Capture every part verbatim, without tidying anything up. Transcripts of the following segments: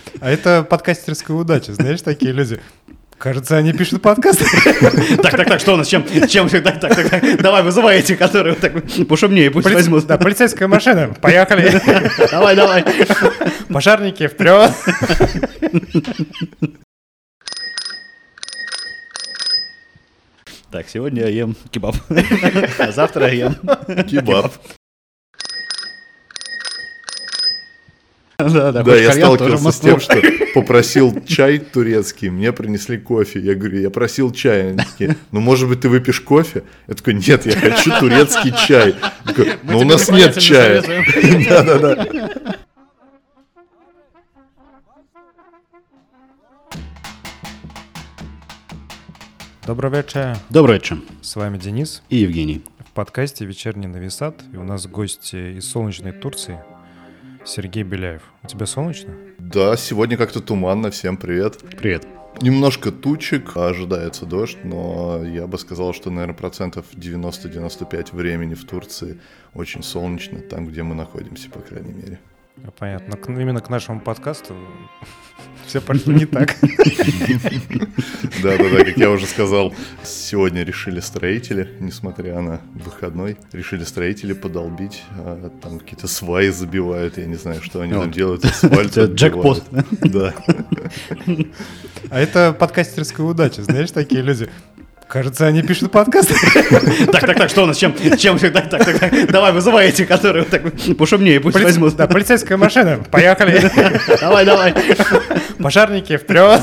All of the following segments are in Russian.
А это подкастерская удача, знаешь, такие люди. Кажется, они пишут подкасты. Так, так, так, что у нас? Чем? Чем? Так, так, так, давай, вызывай этих, которые так пошумнее, пусть возьмут. Да, полицейская машина, поехали. Давай, давай. Пожарники, вперед. Так, сегодня я ем кебаб, а завтра я ем Кебаб. Да, да, Да, я сталкивался с тем, что попросил чай турецкий, мне принесли кофе. Я говорю, я просил чай. Они такие, ну, может быть, ты выпьешь кофе? Я такой, нет, я хочу турецкий чай. Но у нас нет чая. Да-да-да. Добрый вечер. Добрый вечер. С вами Денис. И Евгений. В подкасте «Вечерний нависат». И у нас гости из солнечной Турции. Сергей Беляев. У тебя солнечно? Да, сегодня как-то туманно. Всем привет. Привет. Немножко тучек, ожидается дождь, но я бы сказал, что, наверное, процентов девяносто-девяносто пять времени в Турции очень солнечно, там, где мы находимся, по крайней мере. Понятно. Но именно к нашему подкасту все пошло не так. Да-да-да, как я уже сказал, сегодня решили строители, несмотря на выходной, решили строители подолбить, а там какие-то сваи забивают, я не знаю, что они там делают, асфальт Это джекпот. Да. А это подкастерская удача, знаешь, такие люди. Кажется, они пишут подкасты. Так, так, так, что у нас? Чем? Чем? Так, так, так, давай, вызывай этих, которые так пошумнее, пусть возьмут. Да, полицейская машина, поехали. Давай, давай. Пожарники, вперед.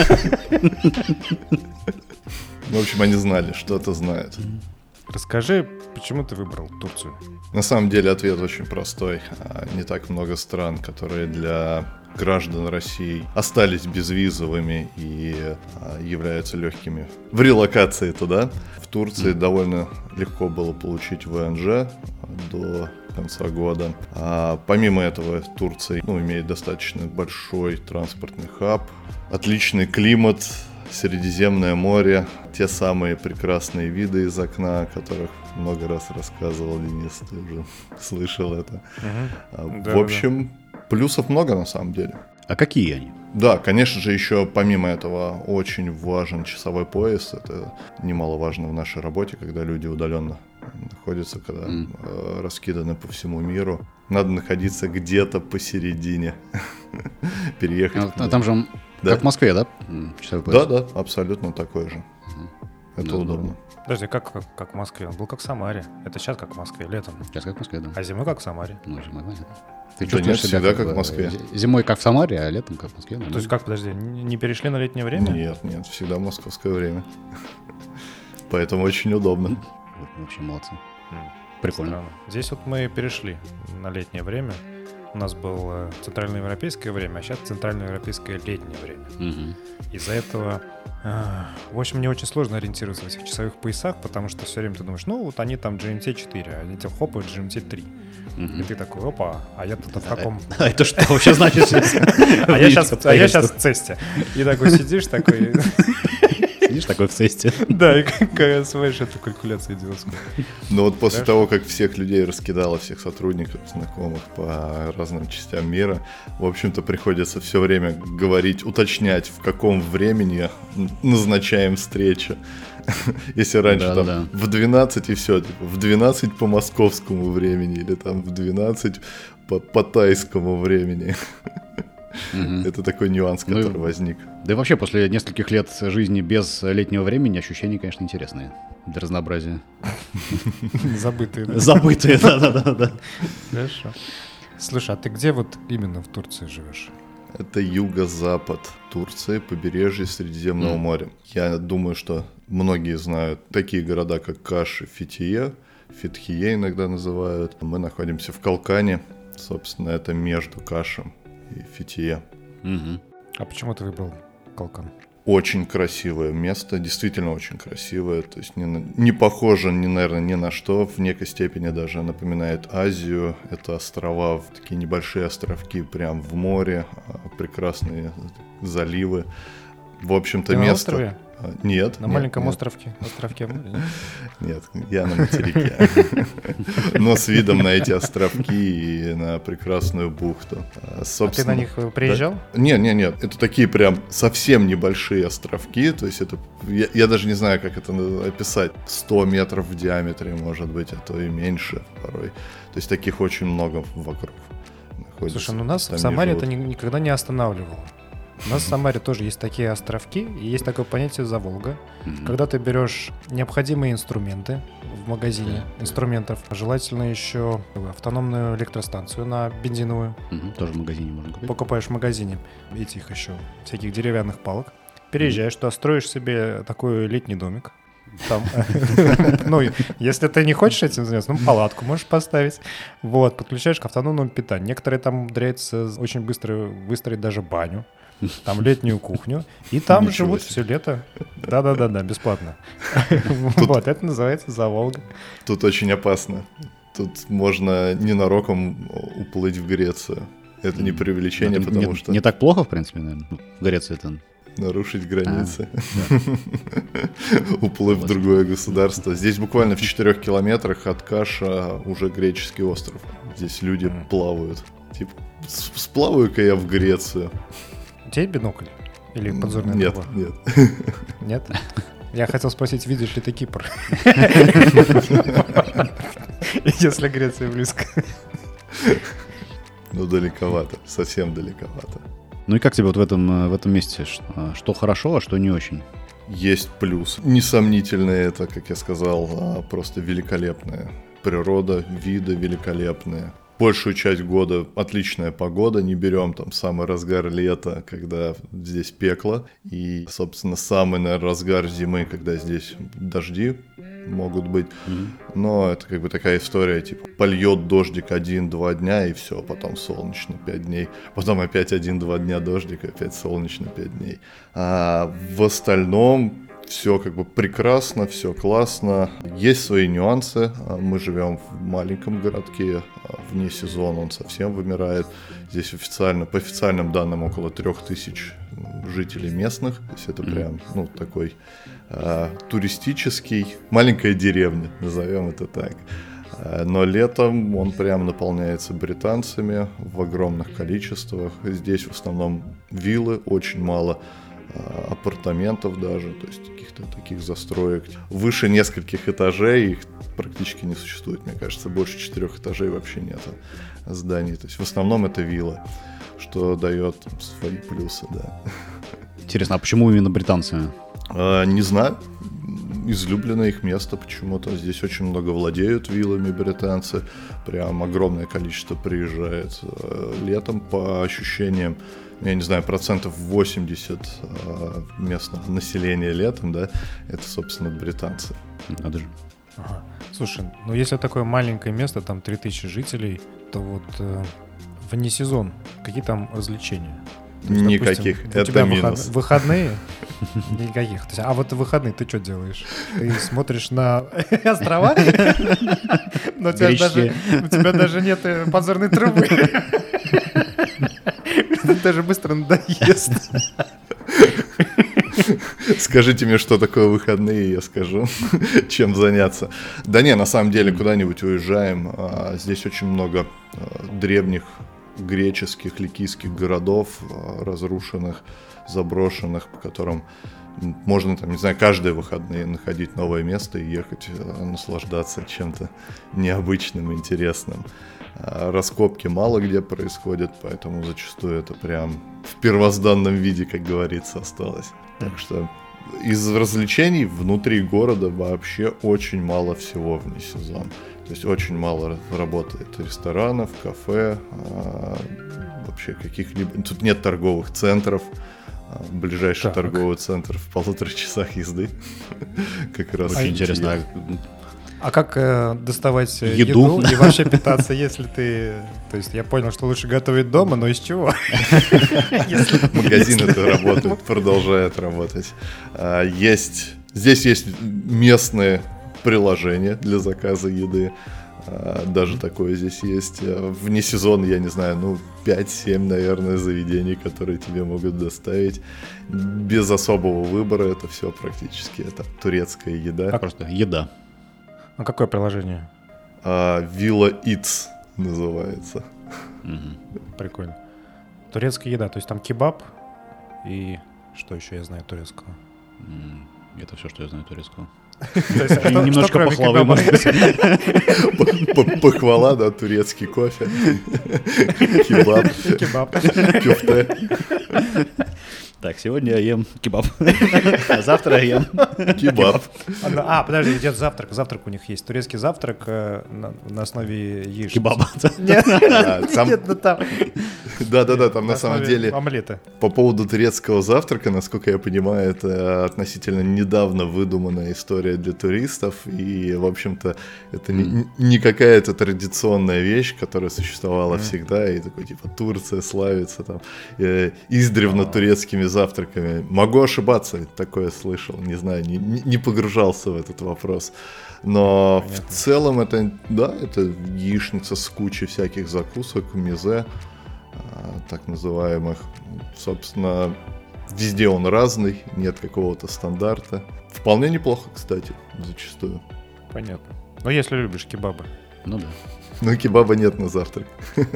В общем, они знали, что-то знают. Расскажи, почему ты выбрал Турцию? На самом деле ответ очень простой. Не так много стран, которые для граждан России остались безвизовыми и являются легкими в релокации туда. В Турции mm. довольно легко было получить вэ эн жэ до конца года. А помимо этого, Турция ну, имеет достаточно большой транспортный хаб, отличный климат, Средиземное море, те самые прекрасные виды из окна, о которых много раз рассказывал Денис, ты уже слышал это. Uh-huh. В да, общем, да. плюсов много на самом деле. А какие они? Да, конечно же, еще помимо этого очень важен часовой пояс. Это немаловажно в нашей работе, когда люди удаленно находятся, когда mm. э, раскиданы по всему миру. Надо находиться где-то посередине. Переехать. А, там же да? Как в Москве, да? Часовой пояс? Да, да, абсолютно такой же. Угу. Это да, удобно. Да. Подожди, как, как, как в Москве? Он был как в Самаре. Это сейчас как в Москве, летом. Сейчас как в Москве, да. А зимой как в Самаре. Ну, зимой, понятно. Ты да чувствуешь нет, себя всегда как, как в Москве. Зимой как в Самаре, а летом как в Москве. То есть как, подожди, не перешли на летнее время? Нет, нет, всегда московское время. Поэтому очень удобно. Вообще молодцы. Прикольно. Здесь вот мы перешли на летнее время. У нас было центральноевропейское время, а сейчас центральноевропейское летнее время. Угу. Из-за этого, в общем, мне очень сложно ориентироваться в этих часовых поясах, потому что все время ты думаешь, ну вот они там джи эм ти четыре, а они тебе хопают джи эм ти три. Угу. И ты такой, опа, а я тут в каком... А это что вообще значит? А я сейчас в цесте. И такой сидишь, такой... Видишь, такой в цесте. Да, и как смотришь эту калькуляцию идиотскую. Ну вот после того, как всех людей раскидало, всех сотрудников, знакомых по разным частям мира, в общем-то, приходится все время говорить, уточнять, в каком времени назначаем встречу. Если раньше да, там да. в двенадцать и все, типа, в двенадцать по московскому времени или там в двенадцать по, по тайскому времени. Mm-hmm. Это такой нюанс, который ну, возник. Да и вообще, после нескольких лет жизни без летнего времени ощущения, конечно, интересные. Для разнообразия. Забытые. Забытые, да-да-да. Хорошо. Слушай, а ты где вот именно в Турции живешь? Это юго-запад Турции, побережье Средиземного моря. Я думаю, что многие знают такие города, как Каш и Фетхие. Фетхие иногда называют. Мы находимся в Калкане. Собственно, это между Кашем и Фетхие. Угу. А почему ты выбрал Калкан? Очень красивое место, действительно очень красивое. То есть не, на, не похоже, ни, наверное, ни на что. В некой степени даже напоминает Азию. Это острова, такие небольшие островки прям в море, прекрасные заливы. В общем-то, ты место... На острове? Нет. На нет, маленьком нет. островке. Островке моря, нет? Нет, я на материке. Но с видом на эти островки и на прекрасную бухту. А ты на них приезжал? Нет, нет, нет. Это такие прям совсем небольшие островки. То есть это... Я, я даже не знаю, как это описать. сто метров в диаметре, может быть, а то и меньше порой. То есть таких очень много вокруг находится. Слушай, ну нас в Самаре это ни, никогда не останавливало. У нас в Самаре тоже есть такие островки, и есть такое понятие «Заволга». Mm-hmm. Когда ты берешь необходимые инструменты в магазине yeah. инструментов, желательно еще автономную электростанцию на бензиновую. Mm-hmm. Тоже в магазине можно купить. Покупаешь в магазине этих еще всяких деревянных палок. Переезжаешь mm-hmm. туда, строишь себе такой летний домик. Там, ну, если ты не хочешь этим заняться, ну, палатку можешь поставить. Вот, подключаешь к автономному питанию. Некоторые там умудряются очень быстро выстроить даже баню. Там летнюю кухню. И там Ничего живут себе. Все лето. Да-да-да, бесплатно. Тут, вот, это называется «Заволга». Тут очень опасно. Тут можно ненароком уплыть в Грецию. Это не преувеличение, это потому не, что... Не так плохо, в принципе, наверное. В Греции это... Нарушить границы. Уплыв в другое государство. Здесь буквально в четырех километрах от Каша уже греческий остров. Здесь люди плавают. Типа, сплаваю-ка я в Грецию. У тебя есть бинокль? Или подзорная нет, труба? Нет, нет. Нет? Я хотел спросить, видишь ли ты Кипр? Если Греция близко. Ну, далековато. Совсем далековато. Ну и как тебе вот в этом, в этом месте? Что, что хорошо, а что не очень? Есть плюс. Несомнительно, это, как я сказал, просто великолепная природа, виды великолепные. Большую часть года отличная погода, не берем там самый разгар лета, когда здесь пекло, и, собственно, самый, наверное, разгар зимы, когда здесь дожди могут быть. Mm-hmm. Но это как бы такая история, типа, польет дождик один-два дня, и все, потом солнечно пять дней. Потом опять один-два дня дождик, опять солнечно пять дней. А в остальном все как бы прекрасно, все классно. Есть свои нюансы. Мы живем в маленьком городке, вне сезона он совсем вымирает. Здесь официально, по официальным данным, около трех тысяч жителей местных. То есть это прям, ну, такой а, туристический, маленькая деревня, назовем это так. А, но летом он прям наполняется британцами в огромных количествах. Здесь в основном виллы, очень мало а, апартаментов даже, то есть каких-то таких застроек. Выше нескольких этажей их практически не существует, мне кажется. Больше четырех этажей вообще нет зданий. То есть в основном это виллы, что дает свои плюсы, да. Интересно, а почему именно британцы? А, не знаю. Излюбленное их место почему-то. Здесь очень много владеют виллами британцы. Прям огромное количество приезжает летом, по ощущениям. Я не знаю, процентов восемьдесят местного населения летом, да, это, собственно, британцы. Надо же. Ага. Слушай, ну если такое маленькое место, там три тысячи жителей, то вот э, вне сезон какие там развлечения? Есть, никаких, допустим, это у тебя минус. Выход... Выходные? Никаких. То есть, а вот выходные ты что делаешь? Ты смотришь на острова? Но у тебя даже нет подзорной трубы. Даже быстро надоест. Скажите мне, что такое выходные, я скажу, чем заняться. Да не, на самом деле, куда-нибудь уезжаем. Здесь очень много древних греческих, ликийских городов, разрушенных, заброшенных, по которым можно, там, не знаю, каждые выходные находить новое место и ехать, наслаждаться чем-то необычным, интересным. Раскопки мало где происходят, поэтому зачастую это прям в первозданном виде, как говорится, осталось. Так что из развлечений внутри города вообще очень мало всего вне сезона. То есть очень мало работает ресторанов, кафе, а, вообще каких-либо... Тут нет торговых центров. А, ближайший так. торговый центр в полутора часах езды. Как раз очень интересно. А как э, доставать еду? еду и вообще питаться, если ты... То есть я понял, что лучше готовить дома, но из чего? Магазины это работают, продолжают работать. Есть... Здесь есть местные приложения для заказа еды. Даже такое здесь есть. Вне сезона, я не знаю, ну, пять-семь, наверное, заведений, которые тебе могут доставить. Без особого выбора это все практически. Это турецкая еда. А просто еда. А какое приложение? А, Villa Eats называется. Угу. Прикольно. Турецкая еда, то есть там кебаб и что еще я знаю турецкого? Это все, что я знаю турецкого. Немножко похвалы, может быть. Похвала, да, турецкий кофе, кебаб, кюфте. Так, сегодня я ем кебаб, а завтра я ем кебаб. А, подожди, идет завтрак. Завтрак у них есть. Турецкий завтрак э, на, на основе яичницы. Кебаба. Нет, А, там- нет, ну там. Да-да-да, там на самом основе деле омлета. по поводу турецкого завтрака, насколько я понимаю, это относительно недавно выдуманная история для туристов. И, в общем-то, это не, не какая-то традиционная вещь, которая существовала всегда. И такой, типа, Турция славится там э, издревно турецкими завтраками. Могу ошибаться, такое слышал, не знаю, не, не не погружался в этот вопрос. Но Понятно. в целом это, да, это яичница с кучей всяких закусок, мизе, а, так называемых. Собственно, везде он разный, нет какого-то стандарта. Вполне неплохо, кстати, зачастую. Понятно. Но если любишь кебабы. Ну да. Но кебаба нет на завтрак.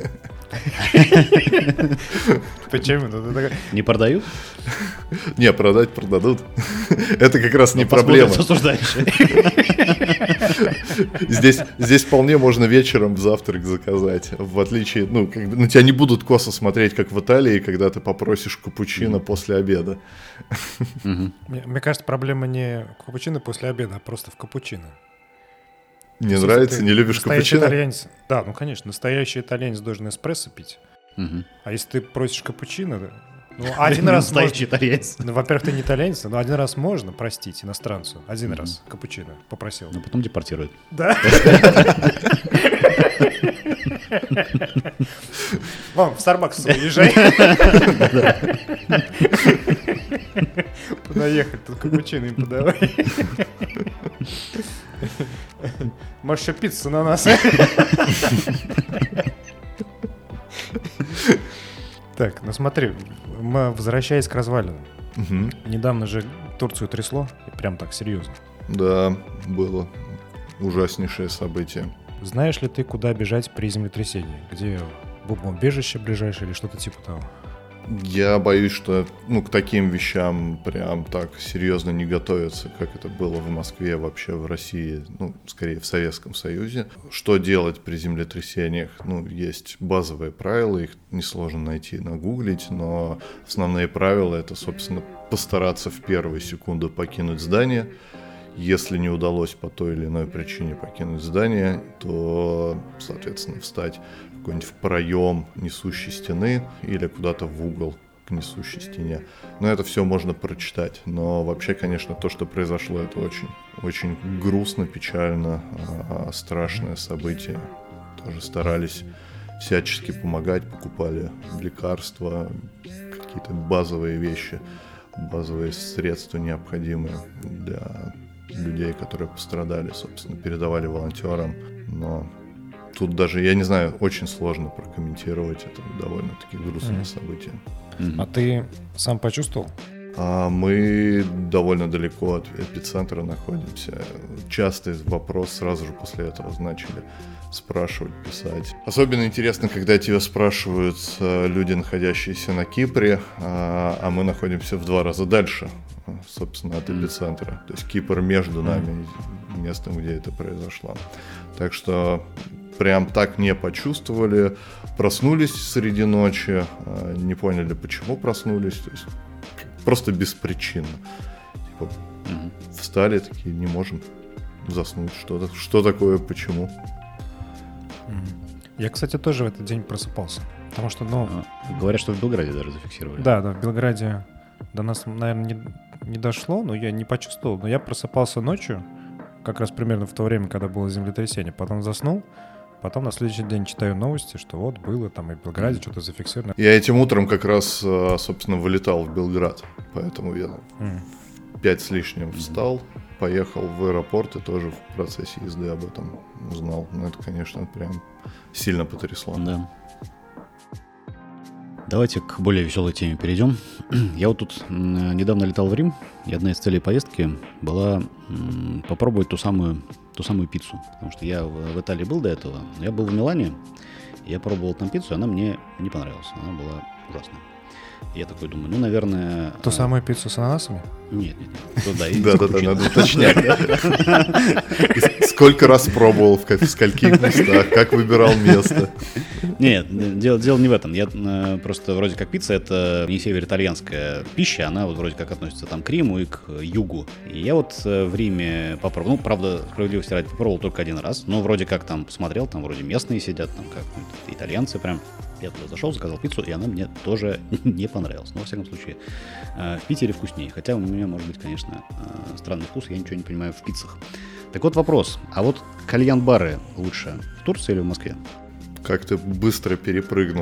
Почему? Ну, ты такой- Не продают? Не, продать продадут. Это как раз не Ну, посмотрим, проблема. что осуждаешь. Здесь, здесь вполне можно вечером завтрак заказать. В отличие, ну, как бы, на тебя не будут косо смотреть, как в Италии, когда ты попросишь капучино после обеда. Мгм. Мне, мне кажется, проблема не в капучино после обеда, а просто в капучино. Не Если нравится, ты не любишь настоящий капучино? итальянец, да, ну конечно, настоящий итальянец должен эспрессо пить. Мгм. А если ты просишь капучино, да, ну один раз Настоящий можно- итальянец. Ну, во-первых, ты не итальянец, но один раз можно простить иностранцу. Один Мгм. раз капучино попросил. Но потом депортируют. Да? Вон, в Starbucks уезжай. Куда ехать? Тут капучино им подавай. Можешь еще пиццу на нас. Так, ну смотри, мы, возвращаясь к развалинам. Мгм. Недавно же Турцию трясло, и прям так серьезно. Да, было ужаснейшее событие. Знаешь ли ты, куда бежать при землетрясении? Где бомбоубежище ближайшее или что-то типа того? Я боюсь, что ну, к таким вещам прям так серьезно не готовятся, как это было в Москве, вообще в России, ну, скорее в Советском Союзе. Что делать при землетрясениях? Ну, есть базовые правила, их несложно найти, нагуглить, но основные правила — это, собственно, постараться в первую секунду покинуть здание. Если не удалось по той или иной причине покинуть здание, то, соответственно, встать в какой-нибудь проем несущей стены или куда-то в угол к несущей стене. Но это все можно прочитать. Но вообще, конечно, то, что произошло, это очень, очень грустно, печально, а, страшное событие. Тоже старались всячески помогать, покупали лекарства, какие-то базовые вещи, базовые средства необходимые для людей, которые пострадали, собственно, передавали волонтерам. Но тут даже, я не знаю, очень сложно прокомментировать. Это довольно-таки грустное Мгм. событие. Мгм. А ты сам почувствовал? А мы довольно далеко от эпицентра находимся. Частый вопрос сразу же после этого начали спрашивать, писать. Особенно интересно, когда тебя спрашивают э, люди, находящиеся на Кипре, а, а мы находимся в два раза дальше, э, собственно, от эпицентра. То есть Кипр между нами, и местом, где это произошло. Так что прям так не почувствовали. Проснулись среди ночи, э, не поняли, почему проснулись. То есть просто беспричинно. Типа, Мгм. встали такие, не можем заснуть. Что, что такое, почему? Я, кстати, тоже в этот день просыпался. Потому что, ну, А, Говорят, что в Белграде даже зафиксировали. да, да, в Белграде до нас, наверное, не, не дошло, но я не почувствовал. Но я просыпался ночью, как раз примерно в то время, когда было землетрясение. Потом заснул, потом на следующий день читаю новости, что вот было там и в Белграде что-то зафиксировано. Я этим утром как раз, э, собственно, вылетал в Белград. Поэтому я М. в пять с лишним встал, поехал в аэропорт и тоже в процессе езды об этом узнал. Ну, это, конечно, прям сильно потрясло. Да. Давайте к более веселой теме перейдем. Я вот тут недавно летал в Рим, и одна из целей поездки была попробовать ту самую, ту самую пиццу. Потому что я в, в Италии был до этого, но я был в Милане, и я пробовал там пиццу, и она мне не понравилась. Она была ужасная. Я такой думаю, ну, наверное... Ту а... самую пиццу с ананасами? Нет, нет, нет. Да-да-да, надо уточнять. Сколько раз пробовал, в скольких местах, как выбирал место? Нет, дело, дело не в этом. Я просто вроде как пицца — это не североитальянская пища, она вот вроде как относится там к Риму и к югу. И я вот в Риме попробовал, ну, правда, справедливости ради, попробовал только один раз, но вроде как там посмотрел, там вроде местные сидят, там как итальянцы прям. Я туда зашел, заказал пиццу, и она мне тоже не понравилась. Но, во всяком случае, в Питере вкуснее. Хотя у меня, может быть, конечно, странный вкус, я ничего не понимаю в пиццах. Так вот вопрос. А вот кальян-бары лучше в Турции или в Москве? Как ты быстро перепрыгнул.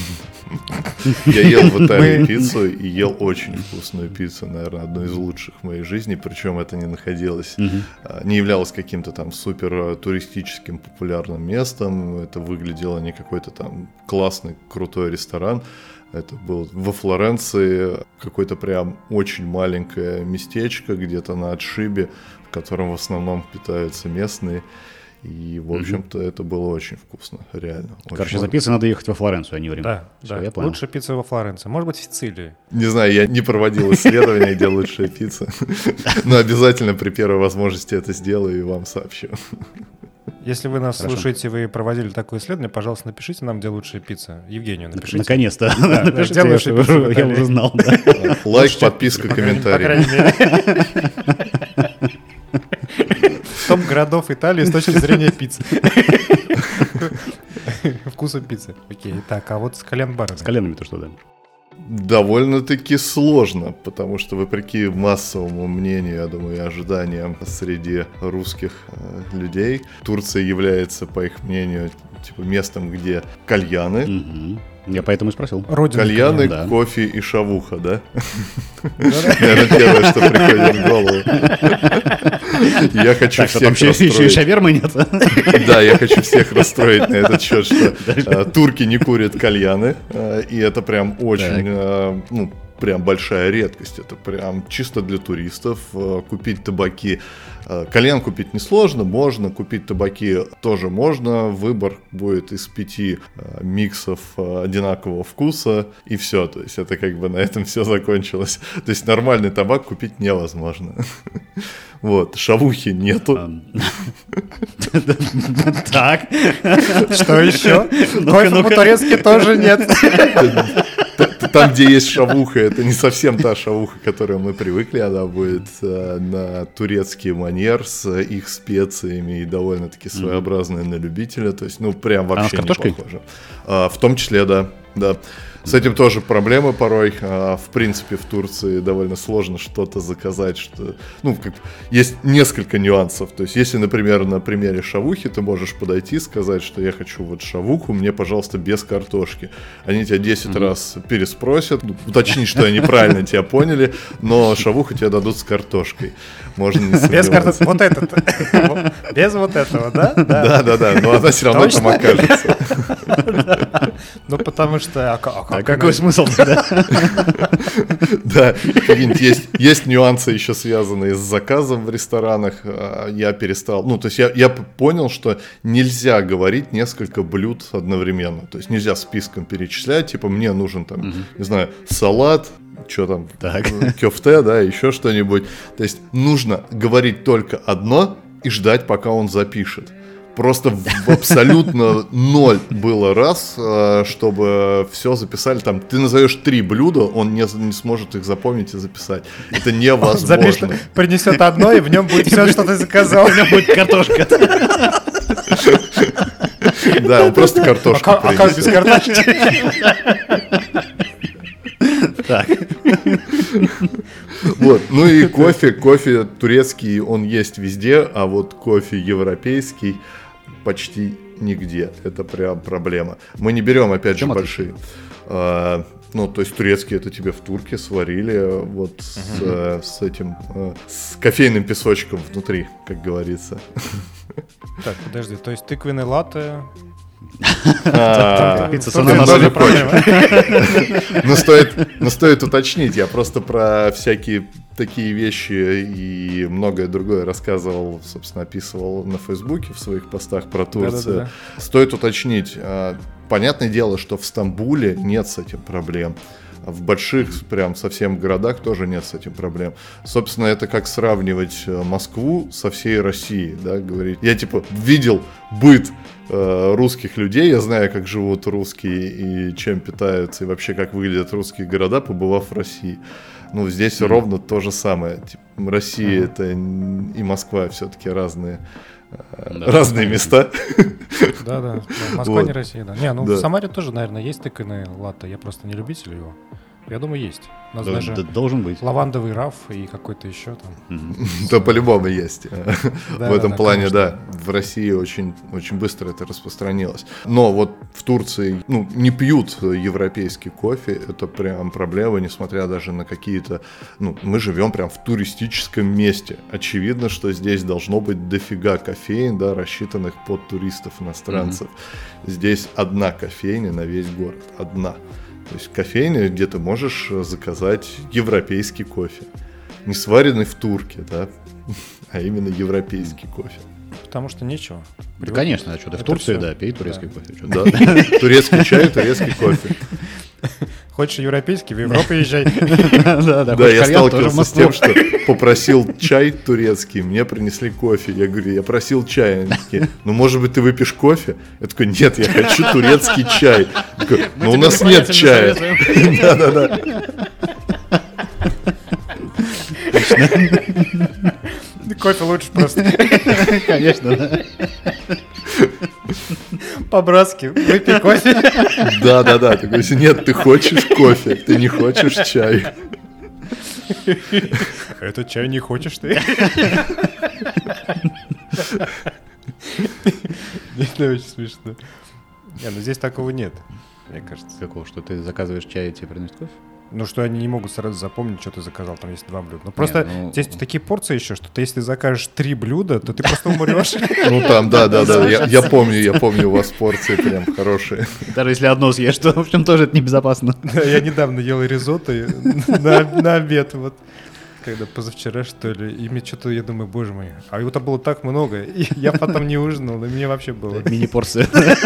Я ел в Италии пиццу и ел очень вкусную пиццу, наверное, одну из лучших в моей жизни, причем это не находилось, не являлось каким-то там супер туристическим популярным местом, это выглядело не какой-то там классный, крутой ресторан. Это был во Флоренции какое-то прям очень маленькое местечко где-то на отшибе, в котором в основном питаются местные. И, в общем-то, mm-hmm. это было очень вкусно, реально. Короче, за пиццей надо ехать во Флоренцию, а не в Рим. Да, Все, да. Я понял. Лучшая пицца во Флоренции. Может быть, в Сицилии. Не знаю, я не проводил исследования, где лучшая пицца. Но обязательно при первой возможности это сделаю и вам сообщу. Если вы нас Хорошо. слушаете, вы проводили такое исследование, пожалуйста, напишите нам, где лучшая пицца. Евгению напишите. Наконец-то. Да, напишите, где лучшая пицца. Я уже знал. Лайк, подписка, комментарий. Топ городов Италии с точки зрения пиццы. Вкуса пиццы. Окей, так, а вот с кальян-барами. С кальянами-то что, да? Довольно-таки сложно, потому что, вопреки массовому мнению, я думаю, и ожиданиям среди русских э, людей, Турция является, по их мнению, типа местом, где кальяны. Mm-hmm. Я поэтому и спросил. Родина кальяны, кальян, да. Кофе и шавуха, да? Наверное, первое, что приходит в голову. Я хочу всех расстроить. Еще и шавермы нет. Да, я хочу всех расстроить на этот счет, что турки не курят кальяны, и это прям очень, ну, прям большая редкость. Это прям чисто для туристов. Купить табаки. Кальян купить несложно, можно. Купить табаки тоже можно. Выбор будет из пяти миксов одинакового вкуса. И все. То есть это как бы на этом все закончилось. То есть нормальный табак купить невозможно. Вот. Шавухи нету. Так. Что еще? Кофе по-турецки тоже нет. Там, где есть шавуха, это не совсем та шавуха, к которой мы привыкли. Она будет э, на турецкий манер с их специями и довольно-таки своеобразная mm-hmm. на любителя. То есть, ну, прям вообще не похоже. А, в том числе, да. да. С этим тоже проблемы порой. А, в принципе, в Турции довольно сложно что-то заказать. Что, ну, как, есть несколько нюансов. То есть, если, например, на примере шавухи ты можешь подойти и сказать, что я хочу вот шавуху, мне, пожалуйста, без картошки. Они тебя десять mm-hmm. раз переспросят, ну, уточни, что они правильно тебя поняли, но шавуху тебе дадут с картошкой. Можно не сомневаться. Без картошки. Вот это. Без вот этого, да? Да, да, да. Но она все равно там окажется. Ну, потому что... А какой смысл тогда? Да, есть, есть нюансы еще связанные с заказом в ресторанах. Я перестал, ну, то есть я, я понял, что нельзя говорить несколько блюд одновременно. То есть нельзя списком перечислять, типа мне нужен там, угу. не знаю, салат, что там, так. кёфте, да, еще что-нибудь. То есть нужно говорить только одно и ждать, пока он запишет. Просто в абсолютно ноль было раз, чтобы все записали. Там ты назовешь три блюда, он не, не сможет их запомнить и записать. Это невозможно. Он запишет, принесет одно, и в нем будет все, что ты заказал. В нем будет картошка. Да, он просто картошку принесет. А как без картошки? Так. Вот. Ну и кофе. Кофе турецкий, он есть везде, а вот кофе европейский почти нигде. Это прям проблема. Мы не берем, опять же, большие. Ну, то есть турецкий это тебе в турке сварили вот uh-huh. с, э, с этим, э, с кофейным песочком внутри, как говорится. Так, подожди, то есть тыквенный латте... Пицца с ананасовой почвой. Но стоит уточнить, я просто про всякие такие вещи и многое другое рассказывал, собственно, описывал на Фейсбуке в своих постах про Турцию. Стоит уточнить, понятное дело, что в Стамбуле нет с этим проблем. В больших, прям совсем городах тоже нет с этим проблем. Собственно, это как сравнивать Москву со всей Россией, да, говорить. Я, типа, видел быт э, русских людей, я знаю, как живут русские и чем питаются, и вообще, как выглядят русские города, побывав в России. Ну, здесь mm-hmm. ровно то же самое. Типа, Россия mm-hmm. это и Москва все-таки разные. Да, разные места. Да, да. Москва вот. Не Россия, да. Не, ну да. В Самаре тоже, наверное, есть тыквенный латте. Я просто не любитель его. Я думаю, есть. У нас да, даже да, должен быть. Лавандовый раф и какой-то еще там. Да, по-любому есть. В этом плане, да. В России очень очень быстро это распространилось. Но вот в Турции, ну, не пьют европейский кофе. Это прям проблема, несмотря даже на какие-то... Ну, мы живем прям в туристическом месте. Очевидно, что здесь должно быть дофига кофеин, да, рассчитанных под туристов, иностранцев. Здесь одна кофейня на весь город. Одна. То есть кофейня, где ты можешь заказать европейский кофе. Не сваренный в турке, да, а именно европейский кофе. Потому что нечего. Да, конечно, а что ты в Турции, да, пей турецкий кофе. Да, турецкий чай, турецкий кофе. Хочешь европейский, в Европу езжай. Да, я сталкивался с тем, что попросил чай турецкий, мне принесли кофе. Я говорю, я просил чая. Они такие, ну, может быть, ты выпьешь кофе? Я такой, нет, я хочу турецкий чай. Но у нас нет чая. Да-да-да. Кофе лучше просто. Конечно, да. По-братски, выпей кофе. Да-да-да, ты говоришь, нет, ты хочешь кофе, ты не хочешь чай. Этот чай не хочешь ты? Это очень смешно. Не, ну здесь такого нет, мне кажется. Какого, что ты заказываешь чай и тебе приносят кофе? Ну, что они не могут сразу запомнить, что ты заказал, там есть два блюда. Ну, просто не, ну... здесь такие порции еще, что ты, если закажешь три блюда, то ты просто умрешь. Ну, там, да-да-да, я помню, я помню, у вас порции прям хорошие. Даже если одно съешь, то, в общем, тоже это небезопасно. Да, я недавно ел ризотто на обед, вот. Когда позавчера, что ли, и мне что-то, я думаю, боже мой, а его там было так много, и я потом не ужинал, но мне вообще было... Мини-порция.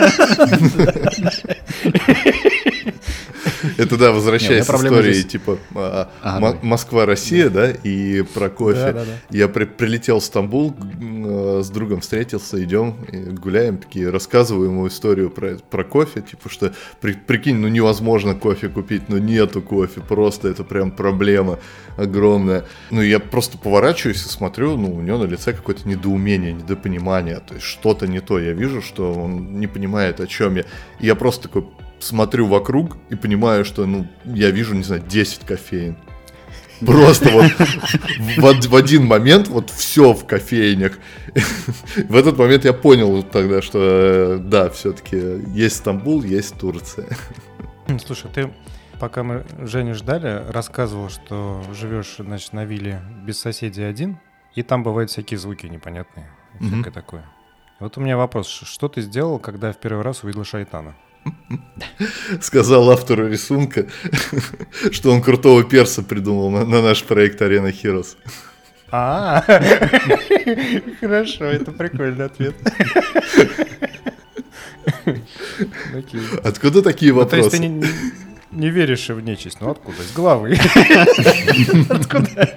Это, да, возвращаясь к истории, здесь... типа, а, ага, М- Москва-Россия, да, и про кофе. Да, да, да. Я при- прилетел в Стамбул, э, с другом встретился, идем, гуляем, такие, рассказываю ему историю про, про кофе, типа, что, при, прикинь, ну невозможно кофе купить, ну нету кофе, просто это прям проблема огромная. Ну, я просто поворачиваюсь и смотрю, ну, у него на лице какое-то недоумение, недопонимание, то есть что-то не то. Я вижу, что он не понимает, о чем я. И я просто такой... смотрю вокруг и понимаю, что, ну, я вижу, не знаю, десять кофеин. Просто вот в, в один момент вот все в кофейнях. В этот момент я понял тогда, что да, все-таки есть Стамбул, есть Турция. Слушай, ты, пока мы Женю ждали, рассказывал, что живешь, значит, на вилле без соседей один, и там бывают всякие звуки непонятные, всякое mm-hmm. такое. Вот у меня вопрос, что ты сделал, когда в первый раз увидел шайтана? Сказал автору рисунка, что он крутого перса придумал на, на наш проект Arena Heroes. А, хорошо, это прикольный ответ. Откуда такие вопросы? То есть ты не, не веришь в нечисть, ну откуда? Из головы. Откуда?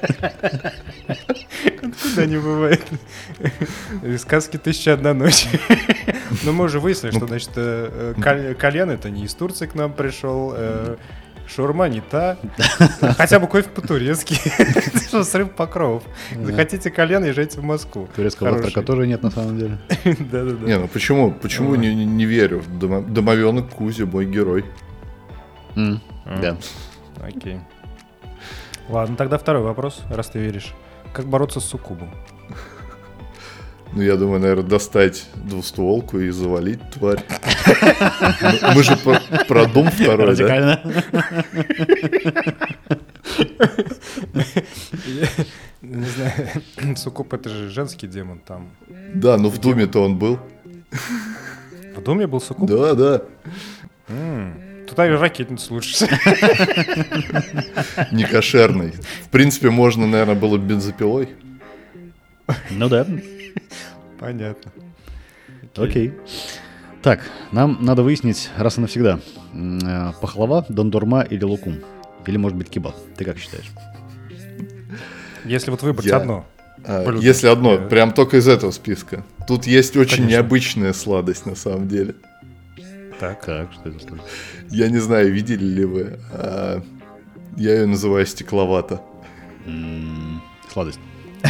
Откуда они бывают? Сказки «Тысяча одна ночь». Но мы уже выяснили, что, значит, кальян это не из Турции к нам пришел, шаурма не та, хотя бы кофе по-турецки. Срыв покровов. Захотите кальян, езжайте в Москву. Турецкого завтрака тоже нет на самом деле. Да-да-да. Не, ну почему? Почему не, не верю? Домовенок Кузя, мой герой. Да. Окей. Ладно, тогда второй вопрос, раз ты веришь. Как бороться с суккубом? Ну, я думаю, наверное, достать двустволку и завалить тварь. Мы же про Doom второй, да? Радикально. Не знаю, Суккуб — это же женский демон там. Да, но в Думе-то он был. В Думе был Суккуб? Да, да. Туда и ракетницу лучше. Не кошерный. В принципе, можно, наверное, было бензопилой. Ну да. Понятно. Окей. Так, нам надо выяснить раз и навсегда. Пахлава, дондурма или лукум? Или, может быть, кебаб? Ты как считаешь? Если вот выбрать Я... одно. А, если одно, я... прям только из этого списка. Тут есть очень Конечно. необычная сладость, на самом деле. Так, так, что это сладость? Я не знаю, видели ли вы. А... Я ее называю стекловато. М-м, сладость.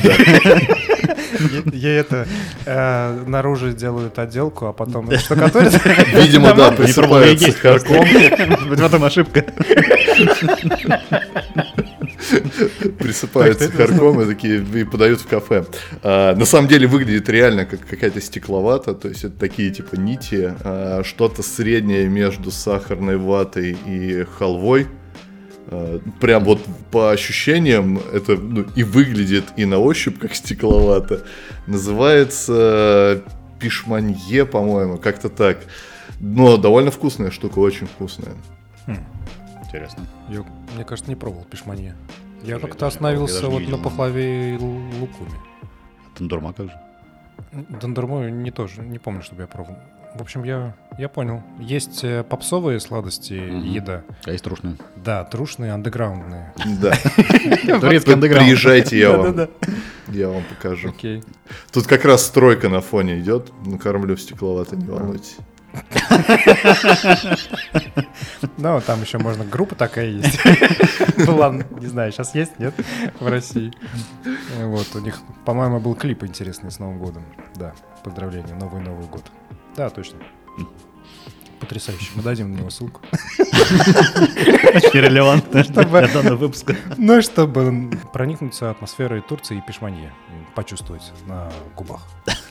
Ей это наружу делают отделку, а потом штукатурят. Видимо, да, присыпают сахарком. В этом ошибка. Присыпают сахарком и такие и подают в кафе. А, на самом деле выглядит реально как какая-то стекловата, то есть это такие типа нити, а, что-то среднее между сахарной ватой и халвой. А, прям вот по ощущениям это ну, и выглядит, и на ощупь как стекловата. Называется пишманье, по-моему, как-то так. Но довольно вкусная штука, очень вкусная. Хм. Интересно. Я, мне кажется, не пробовал пишманье. Я как-то остановился вот на пахлаве и лукуме. Дондурма как же? Дондурму не тоже, не помню, чтобы я пробовал. В общем, я, я понял. Есть попсовые сладости, mm-hmm. еда. А есть трушные? Да, трушные, андеграундные. Да. Турецкий андеграунд. Приезжайте, я вам я вам покажу. Тут как раз стройка на фоне идет. Накормлю стекловато, не волнуйтесь. Ну, там еще можно, группа такая есть. Была, не знаю, сейчас есть, нет, в России. Вот, у них, по-моему, был клип интересный с Новым годом. Да, поздравления, новый Новый год. Да, точно. Потрясающе. Мы дадим на него ссылку. Очень релевантно для данного выпуска. Ну, чтобы проникнуться атмосферой Турции и пишманье. Почувствовать на губах.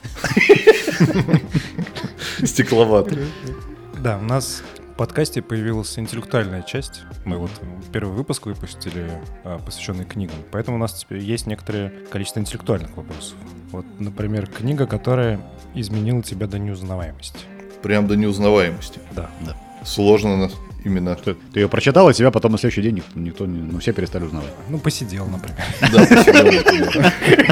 Стекловато. Да, у нас в подкасте появилась интеллектуальная часть. Мы вот первый выпуск выпустили, посвященный книгам. Поэтому у нас теперь есть некоторое количество интеллектуальных вопросов. Вот, например, книга, которая изменила тебя до неузнаваемости. Прям до неузнаваемости. Да, да. Сложно именно. Ты, ты ее прочитал, и тебя потом на следующий день никто, никто не, ну, все перестали узнавать. Ну, посидел, например. Да, посидел, например.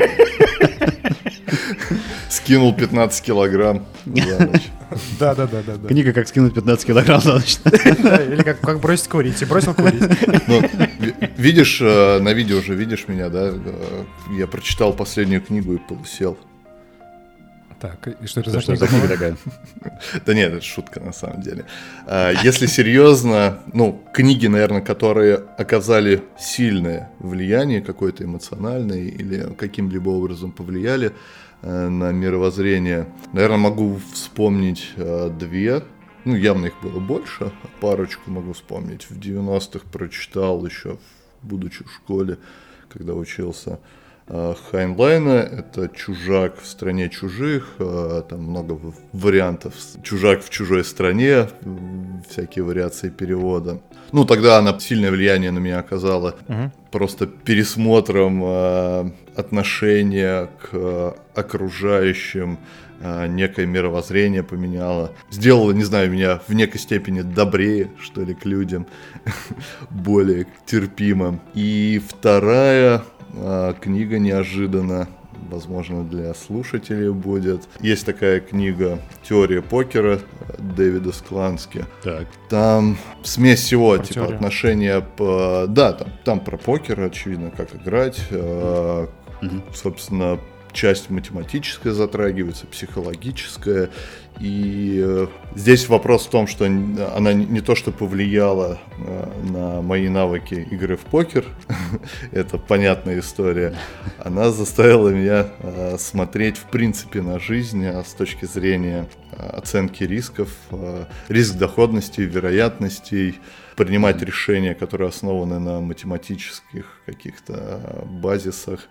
Скинул пятнадцать килограмм за ночь. Да, да, да, да, да. Книга «Как скинуть пятнадцать килограмм за ночь». Или как, как бросить курить. И бросил курить. Ну, видишь, на видео уже видишь меня, да? Я прочитал последнюю книгу и полусел. Так, и что это за книга такая? Да нет, это шутка на самом деле. Если серьезно, ну, книги, наверное, которые оказали сильное влияние, какое-то эмоциональное или каким-либо образом повлияли на мировоззрение, наверное, могу вспомнить две. Ну, явно их было больше, парочку могу вспомнить. В девяностых прочитал еще, будучи в школе, когда учился. Хайнлайна, это «Чужак в стране чужих», там много вариантов. «Чужак в чужой стране», всякие вариации перевода. Ну, тогда она сильное влияние на меня оказала. Угу. Просто пересмотром э, отношения к окружающим, э, некое мировоззрение поменяла. Сделала, не знаю, меня в некой степени добрее, что ли, к людям, более терпимо. И вторая э, книга неожиданно, возможно, для слушателей будет. Есть такая книга «Теория покера» Дэвида Склански. Так. Там смесь всего, про типа теорию. Отношения по... Да, там, там про покер, очевидно, как играть. Э, угу. Собственно, часть математическая затрагивается, психологическая. И э, здесь вопрос в том, что она не то что повлияла э, на мои навыки игры в покер, это понятная история, она заставила меня э, смотреть в принципе на жизнь э, с точки зрения э, оценки рисков, э, риск доходности, вероятностей, принимать решения, которые основаны на математических каких-то базисах.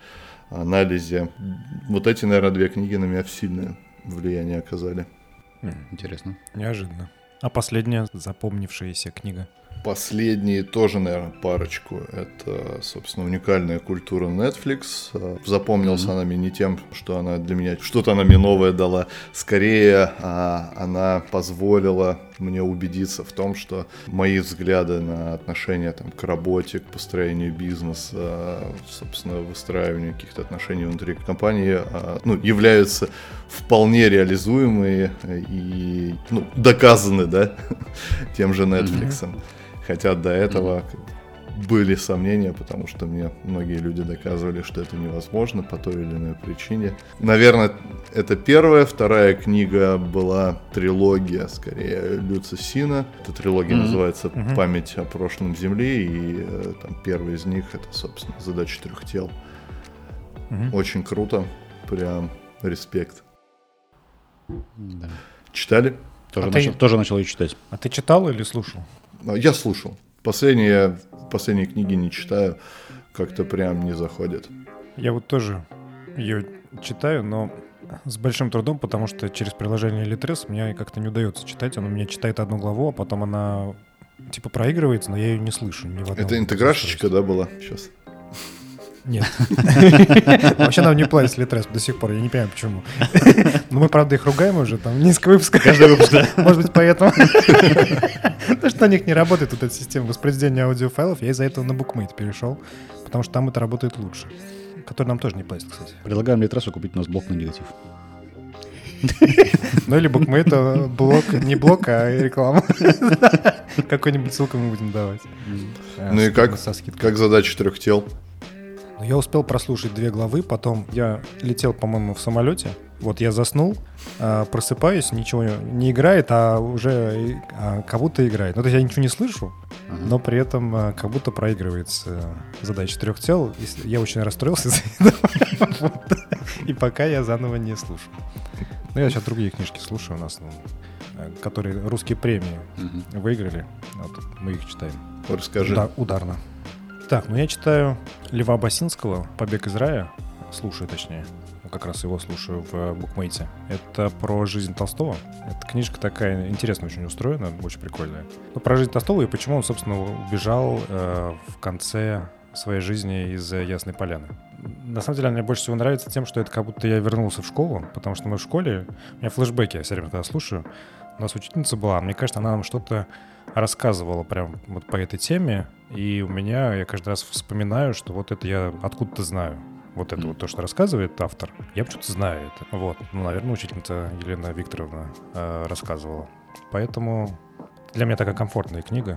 анализе. Вот эти, наверное, две книги на меня сильное влияние оказали. Интересно. Неожиданно. А последняя запомнившаяся книга? Последние тоже, наверное, парочку. Это, собственно, уникальная культура Netflix. Запомнилась mm-hmm. она мне не тем, что она для меня что-то она мне новое дала. Скорее, она позволила мне убедиться в том, что мои взгляды на отношения там, к работе, к построению бизнеса, собственно, выстраиванию каких-то отношений внутри компании, ну, являются вполне реализуемые и ну, доказаны, да, тем же Netflix. Mm-hmm. Хотя до этого mm-hmm. были сомнения, потому что мне многие люди доказывали, что это невозможно по той или иной причине. Наверное, это первая. Вторая книга была трилогия, скорее, Люца Сина. Эта трилогия mm-hmm. называется «Память о прошлом Земли», и там первый из них — это, собственно, «Задача трех тел». Mm-hmm. Очень круто, прям респект. Да. Читали? Тоже, а начал, ты... тоже начал ее читать. А ты читал или слушал? Я слушал. Последние, последние книги не читаю, как-то прям не заходят. Я вот тоже ее читаю, но с большим трудом, потому что через приложение Литрес мне как-то не удается читать. Он у меня читает одну главу, а потом она типа проигрывается, но я ее не слышу. Ни в одном. Это интеграшечка, да, была сейчас? Нет. Вообще нам не платит Литрес до сих пор, я не понимаю, почему. Но мы, правда, их ругаем уже, там, несколько выпусков. Каждый выпуск, да. Может быть, поэтому. Потому что на них не работает вот эта система воспроизведения аудиофайлов. Я из-за этого на Bookmate перешел, потому что там это работает лучше. Который нам тоже не платит, кстати. Предлагаем Литресу купить у нас блок на негатив. Ну или Bookmate, блок, не блок, а реклама. Какую-нибудь ссылку мы будем давать. Ну и как задача трех тел? Я успел прослушать две главы, потом я летел, по-моему, в самолете. Вот я заснул, просыпаюсь, ничего не играет, а уже как будто играет. Ну, то есть я ничего не слышу, uh-huh. но при этом как будто проигрывается задача трех тел. Я очень расстроился из-за этого. И пока я заново не слушаю. Ну, я сейчас другие книжки слушаю у нас, которые русские премии выиграли. Вот мы их читаем. Расскажи. Да, ударно. Так, ну я читаю Льва Басинского «Побег из рая», слушаю точнее, как раз его слушаю в Букмейте. Это про жизнь Толстого. Эта книжка такая интересно очень устроена, очень прикольная. Ну, про жизнь Толстого и почему он, собственно, убежал э, в конце своей жизни из Ясной Поляны. На самом деле, мне больше всего нравится тем, что это как будто я вернулся в школу, потому что мы в школе, у меня флешбеки, я все время когда слушаю, у нас учительница была, мне кажется, она нам что-то рассказывала прям вот по этой теме, и у меня, я каждый раз вспоминаю, что вот это я откуда-то знаю. Вот это mm. вот то, что рассказывает автор, я почему-то знаю это. Вот, ну, наверное, учительница Елена Викторовна э, рассказывала. Поэтому для меня такая комфортная книга.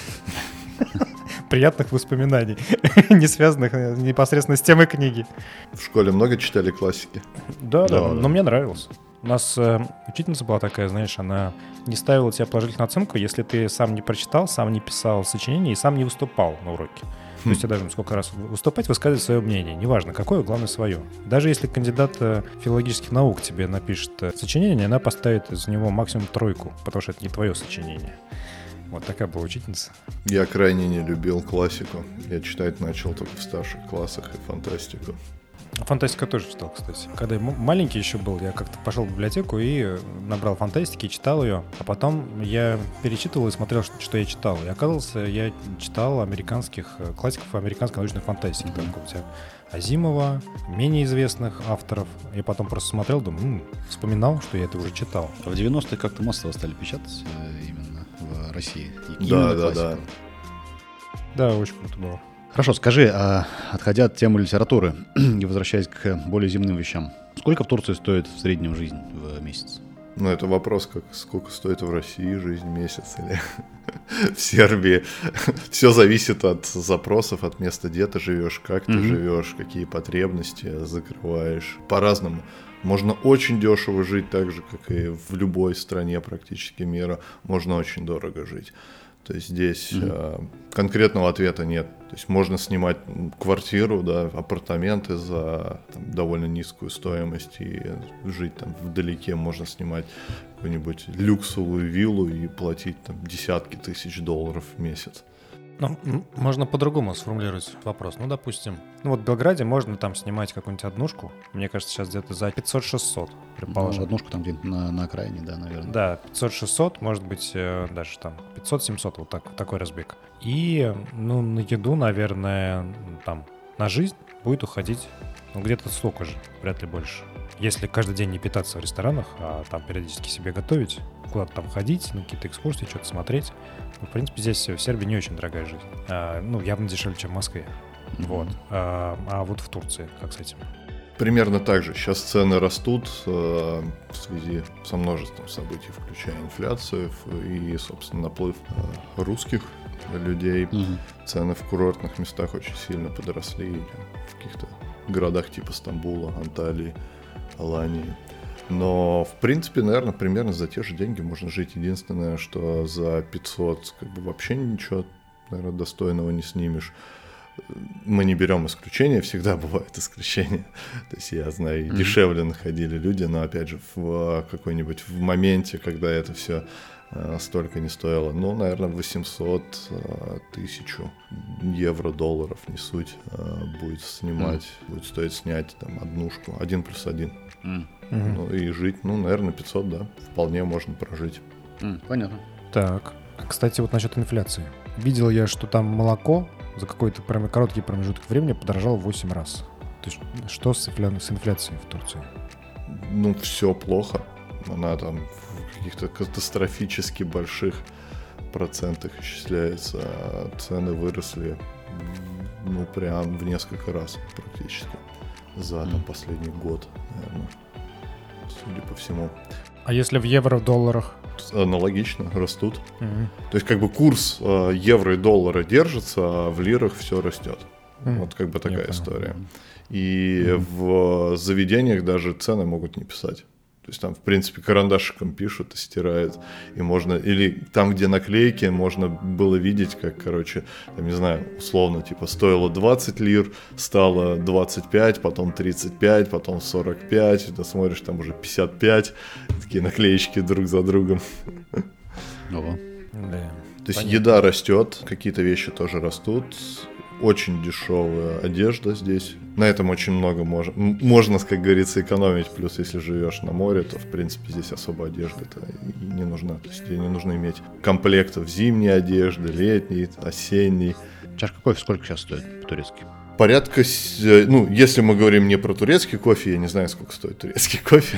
Приятных воспоминаний, не связанных непосредственно с темой книги. В школе много читали классики? Да, да, но мне нравилось. У нас э, учительница была такая, знаешь, она не ставила тебе положительную оценку, если ты сам не прочитал, сам не писал сочинение и сам не выступал на уроке. То есть я даже сколько раз выступать, высказывать свое мнение. Неважно, какое, главное свое. Даже если кандидат филологических наук тебе напишет сочинение, она поставит из него максимум тройку, потому что это не твое сочинение. Вот такая была учительница. Я крайне не любил классику. Я читать начал только в старших классах и фантастику. Фантастика тоже читал, кстати. Когда я маленький еще был, я как-то пошел в библиотеку и набрал фантастики, читал ее. А потом я перечитывал и смотрел, что, что я читал. И оказывается, я читал американских классиков американской научной фантастики. Там у тебя Азимова, менее известных авторов. Я потом просто смотрел, думаю, м-м, вспоминал, что я это уже читал. В девяностых как-то массово стали печатать именно в России. И да, да, да. Да, очень круто было. Хорошо, скажи, а, отходя от темы литературы и возвращаясь к более земным вещам, сколько в Турции стоит в среднем жизнь в месяц? Ну, это вопрос, как сколько стоит в России жизнь в месяц или в Сербии. Все зависит от запросов, от места, где ты живешь, как ты mm-hmm. живешь, какие потребности закрываешь. По-разному. Можно очень дешево жить, так же, как и в любой стране практически мира. Можно очень дорого жить. То есть здесь mm-hmm. э, конкретного ответа нет. То есть можно снимать квартиру, да, апартаменты за там, довольно низкую стоимость и жить там вдалеке. Можно снимать какую-нибудь люксовую виллу и платить там десятки тысяч долларов в месяц. Ну, можно по-другому сформулировать вопрос. Ну, допустим, ну вот в Белграде можно там снимать какую-нибудь однушку. Мне кажется, сейчас где-то за пятьсот-шестьсот, предположим. Ну, однушку там где-то на, на окраине, да, наверное. Да, пятьсот-шестьсот, может быть, даже там пятьсот-семьсот, вот так, такой разбег. И, ну, на еду, наверное, там, на жизнь будет уходить, ну, где-то столько же, вряд ли больше. Если каждый день не питаться в ресторанах, а там периодически себе готовить, куда-то там ходить, на какие-то экскурсии, что-то смотреть. Ну, в принципе, здесь в Сербии не очень дорогая жизнь. А, ну, явно дешевле, чем в Москве. Mm-hmm. Вот. А, а вот в Турции как с этим? Примерно так же. Сейчас цены растут э, в связи со множеством событий, включая инфляцию и, собственно, наплыв э, русских людей. Mm-hmm. Цены в курортных местах очень сильно подросли. В каких-то городах типа Стамбула, Анталии, Алании. Но, в принципе, наверное, примерно за те же деньги можно жить. Единственное, что за пятьсот как бы вообще ничего, наверное, достойного не снимешь. Мы не берем исключения, всегда бывают исключения. То есть я знаю, mm-hmm. дешевле находили люди, но, опять же, в какой-нибудь в моменте, когда это все столько не стоило, ну, наверное, восемьсот, тысячу евро, долларов, не суть, будет снимать, mm. будет стоить снять там однушку, один плюс один. Mm. Mm-hmm. Ну, и жить, ну, наверное, пятьсот, да, вполне можно прожить. Mm, понятно. Так, кстати, вот насчет инфляции. Видел я, что там молоко за какой-то прям короткий промежуток времени подорожало в восемь раз. То есть что с инфляцией в Турции? Ну, все плохо. Она там в каких-то катастрофически больших процентах исчисляется, а цены выросли, ну, прям в несколько раз практически за там, последний год, наверное, судя по всему. А если в евро, в долларах? Аналогично, растут. Mm-hmm. То есть как бы курс э, евро и доллара держится, а в лирах все растет. Mm-hmm. Вот как бы такая Я история. Понял. И mm-hmm. в заведениях даже цены могут не писать. То есть там, в принципе, карандашиком пишут и стирают. И можно, или там, где наклейки, можно было видеть, как, короче, там, не знаю, условно, типа, стоило двадцать лир, стало двадцать пять, потом тридцать пять, потом сорок пять. Ты смотришь, там уже пятьдесят пять. Такие наклеечки друг за другом. Ого. Да. То есть еда растет, какие-то вещи тоже растут. Очень дешевая одежда здесь. На этом очень много можно, можно, как говорится, экономить. Плюс, если живешь на море, то, в принципе, здесь особо одежда-то и не нужна. То есть тебе не нужно иметь комплектов зимней одежды, летней, осенней. Чашка кофе сколько сейчас стоит по-турецки? Порядка, ну, если мы говорим не про турецкий кофе, я не знаю, сколько стоит турецкий кофе.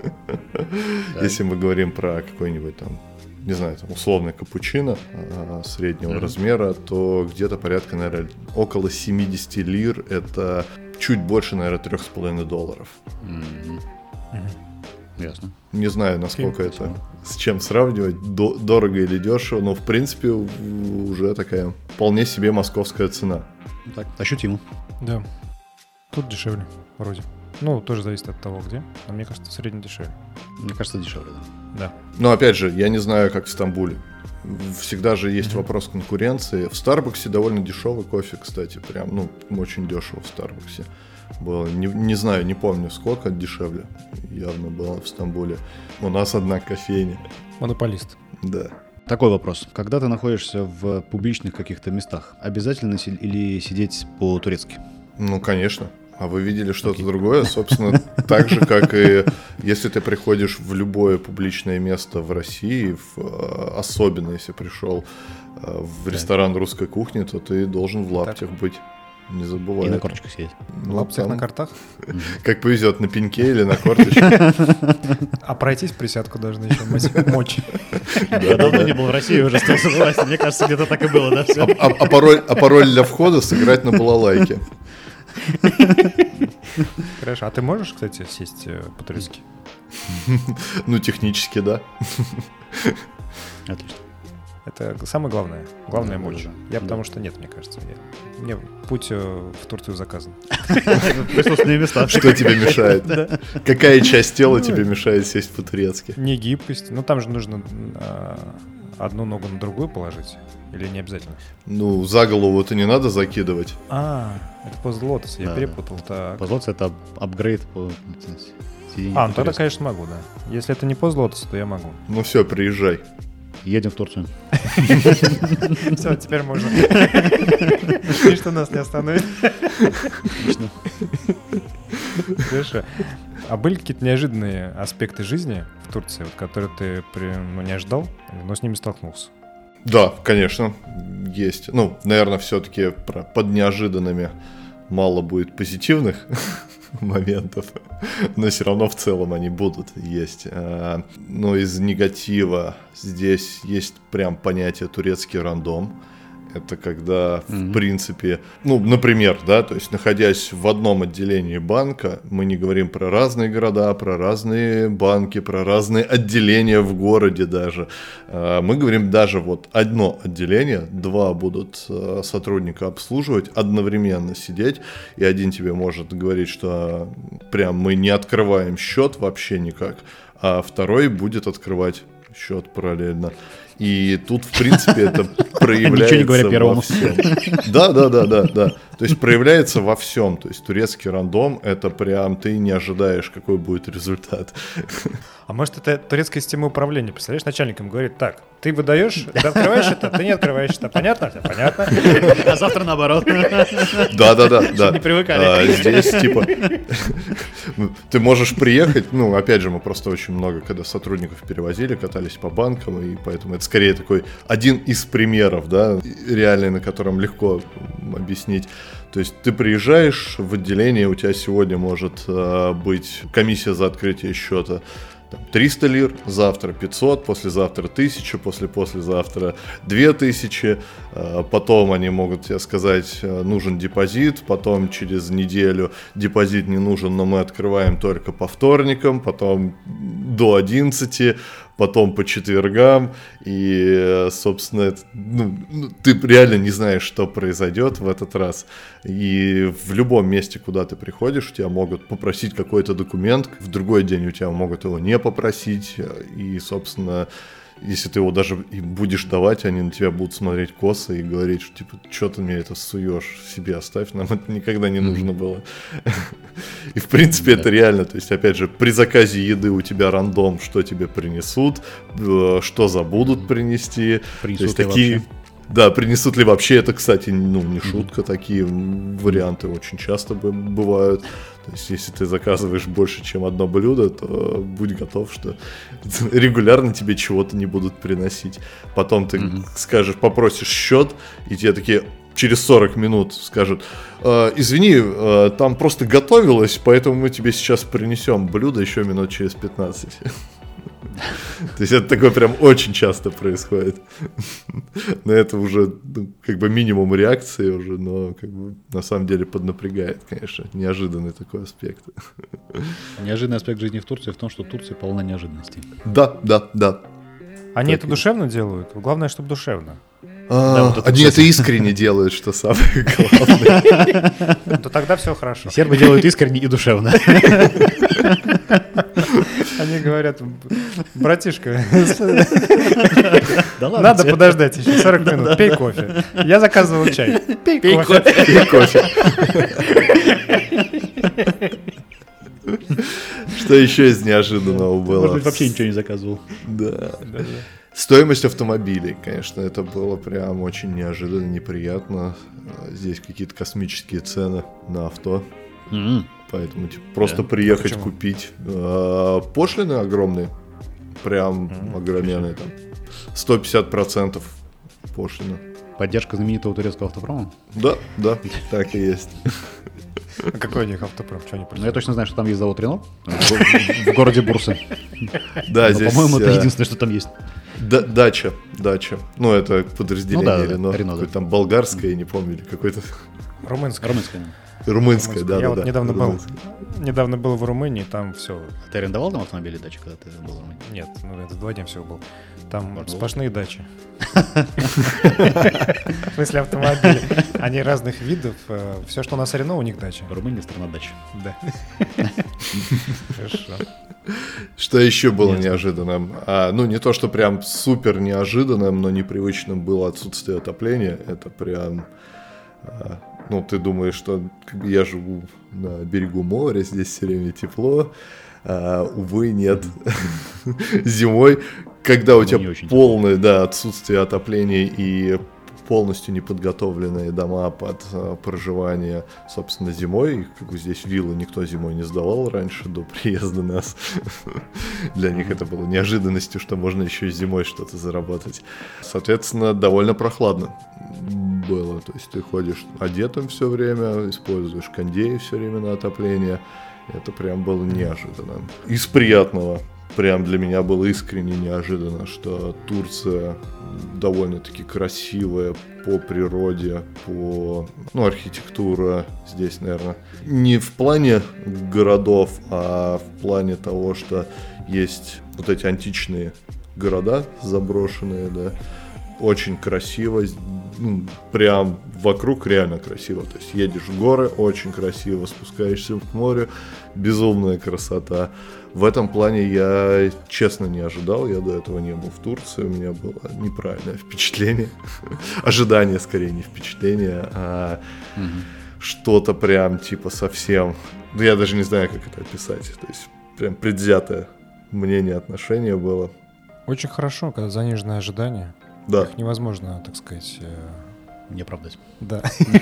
Если мы говорим про какой-нибудь там, не знаю, там, условный капучино а, среднего mm-hmm. размера, то где-то порядка, наверное, около семьдесят лир, это чуть больше, наверное, три с половиной долларов. Mm-hmm. Mm-hmm. Ясно. Не знаю, насколько okay. это, с чем сравнивать, до, дорого или дешево, но, в принципе, уже такая вполне себе московская цена. Так, ощутимо. Да. Тут дешевле, вроде. Ну, тоже зависит от того, где. Но мне кажется, в среднем дешевле. Мне кажется, дешевле, да. Да. Но опять же, я не знаю, как в Стамбуле. Всегда же есть mm-hmm. вопрос конкуренции. В Старбаксе довольно дешевый кофе, кстати. Прям, ну, очень дешево в Старбаксе было. Не, не знаю, не помню, сколько дешевле. Явно было в Стамбуле. У нас одна кофейня. Монополист. Да. Такой вопрос. Когда ты находишься в публичных каких-то местах, обязательно си- или сидеть по-турецки? Ну, конечно. А вы видели что-то okay. другое? Собственно, так же, как и если ты приходишь в любое публичное место в России, в, особенно если пришел в ресторан русской кухни, то ты должен в лаптях быть. Не забывай. И на корточках сидеть. В лаптях там... на картах? Как повезет, на пеньке или на корточке. А пройтись присядку должны еще мочь. Я давно не был в России, уже стал согласен. Мне кажется, где-то так и было, да? А пароль для входа сыграть на балалайке. Хорошо. А ты можешь, кстати, сесть по-турецки? Ну, технически, да. Отлично. Это самое главное. Главное мочь. Я потому что нет, мне кажется. Я... Мне путь в Турцию заказан. Присутственные места. Что тебе мешает? Какая часть тела тебе мешает сесть по-турецки? Не гибкость. Ну, там же нужно одну ногу на другую положить. Или не обязательно? Ну, за голову-то не надо закидывать. А, это пост лотос, я да, перепутал. Так. Пост лотос — это апгрейд по сидению. А, ну тогда, конечно, могу, да. Если это не пост лотос, то я могу. Ну все, приезжай. Едем в Турцию. Все, теперь можно. Ничто нас не остановит. Отлично. Хорошо. А были какие-то неожиданные аспекты жизни в Турции, вот, которые ты ну, не ожидал, но с ними столкнулся? Да, конечно, есть. Ну, наверное, все-таки под неожиданными мало будет позитивных моментов, но все равно в целом они будут есть. Но из негатива здесь есть прям понятие турецкий рандом. Это когда, mm-hmm. в принципе, ну, например, да, то есть, находясь в одном отделении банка, мы не говорим про разные города, про разные банки, про разные отделения в городе даже. Мы говорим даже вот одно отделение, два будут сотрудника обслуживать, одновременно сидеть, и один тебе может говорить, что прям мы не открываем счет вообще никак, а второй будет открывать счет параллельно. И тут, в принципе, это проявляется Ничего не говоря первому. Во всем. Да, да, да, да, да. То есть проявляется во всем. То есть турецкий рандом — это прям ты не ожидаешь, какой будет результат. А может, это турецкая система управления? Представляешь, начальникам говорит: так, ты выдаешь, ты открываешь это, ты не открываешь это. Понятно? Понятно. А завтра наоборот. Да, да, да, да. Не привыкали. А, здесь типа ты можешь приехать. Ну, опять же, мы просто очень много, когда сотрудников перевозили, катались по банкам, и поэтому это скорее такой один из примеров, да, реальный, на котором легко объяснить. То есть ты приезжаешь в отделение, у тебя сегодня может э, быть комиссия за открытие счета там, триста лир, завтра пятьсот, послезавтра тысяча, после-послезавтра две тысячи, э, потом они могут тебе сказать, э, нужен депозит, потом через неделю депозит не нужен, но мы открываем только по вторникам, потом до одиннадцати, потом по четвергам, и, собственно, это, ну, ты реально не знаешь, что произойдет в этот раз. И в любом месте, куда ты приходишь, тебя могут попросить какой-то документ, в другой день у тебя могут его не попросить, и, собственно, если ты его даже и будешь давать, они на тебя будут смотреть косо и говорить, что типа, что ты мне это суешь, себе оставь, нам это никогда не нужно было. И в принципе это реально, то есть опять же, при заказе еды у тебя рандом, что тебе принесут, что забудут принести. Принесут ли вообще? Да, принесут ли вообще, это, кстати, ну, не шутка, такие варианты очень часто бывают. То есть, если ты заказываешь больше, чем одно блюдо, то будь готов, что регулярно тебе чего-то не будут приносить. Потом ты mm-hmm. скажешь, попросишь счет, и тебе такие через сорок минут скажут: э, извини, э, там просто готовилось, поэтому мы тебе сейчас принесем блюдо еще минут через пятнадцать. То есть это такое прям очень часто происходит. Но это уже ну, как бы минимум реакции уже, но как бы на самом деле поднапрягает, конечно. Неожиданный такой аспект. Неожиданный аспект жизни в Турции в том, что Турция полна неожиданностей. Да, да, да. Они так это и... душевно делают? Главное, чтобы душевно. А, да, вот это они это искренне делают, что самое главное. То тогда все хорошо. Сербы делают искренне и душевно. Они говорят: братишка, да ладно, надо тебе. подождать еще сорок минут, да, пей да. кофе. Я заказывал чай. Пей, пей кофе. кофе. Пей кофе. Что еще из неожиданного было? Может быть, вообще ничего не заказывал. Да. Да, да. Стоимость автомобилей, конечно, это было прям очень неожиданно, неприятно. Здесь какие-то космические цены на авто. Mm-hmm. Поэтому типа, просто да. приехать Почему? купить. А, пошлины огромные. Прям mm-hmm. огроменные. Там, сто пятьдесят процентов пошлина. Поддержка знаменитого турецкого автопрома? Да, да, так и есть. А какой у них автопром? Что они ну, я точно знаю, что там есть завод Рено в городе Бурсы. Да, здесь... По-моему, это единственное, что там есть. Дача, дача. Ну, это подразделение Рено. Какое-то там болгарское, не помню, или какое-то... Румынское. Румынское. Румынское, да, Я да, вот да. недавно был, недавно был в Румынии, там все. Ты арендовал там автомобили и дачи, когда ты был в Румынии? Нет, ну это два дня всего был. Там Пожалуйста. сплошные дачи. В смысле автомобили. Они разных видов. Все, что у нас Рено, у них дача. Румыния — страна дач. Да. Хорошо. Что еще было неожиданным? А, ну, не то, что прям супер неожиданным, но непривычным было отсутствие отопления. Это прям... А, ну, ты думаешь, что я живу на берегу моря, здесь все время тепло. А, увы, нет. Зимой, когда у тебя полное да, отсутствие отопления и полностью неподготовленные дома под а, проживание, собственно, зимой. Как бы здесь виллы никто зимой не сдавал раньше, до приезда нас. Для них это было неожиданностью, что можно еще и зимой что-то заработать. Соответственно, довольно прохладно было. То есть ты ходишь одетым все время, используешь кондеи все время на отопление. Это прям было неожиданно. Из приятного. Прям для меня было искренне неожиданно, что Турция довольно-таки красивая по природе, по ну, архитектура здесь, наверное, не в плане городов, а в плане того, что есть вот эти античные города заброшенные, да, очень красиво, ну, прям вокруг реально красиво. То есть едешь в горы, очень красиво, спускаешься к морю, безумная красота. В этом плане я, честно, не ожидал, я до этого не был в Турции, у меня было неправильное впечатление, ожидание скорее, не впечатление, а угу. что-то прям типа совсем, ну я даже не знаю, как это описать, то есть прям предвзятое мнение, отношение было. Очень хорошо, когда заниженное ожидание. Да. Их невозможно, так сказать, не оправдать. Да.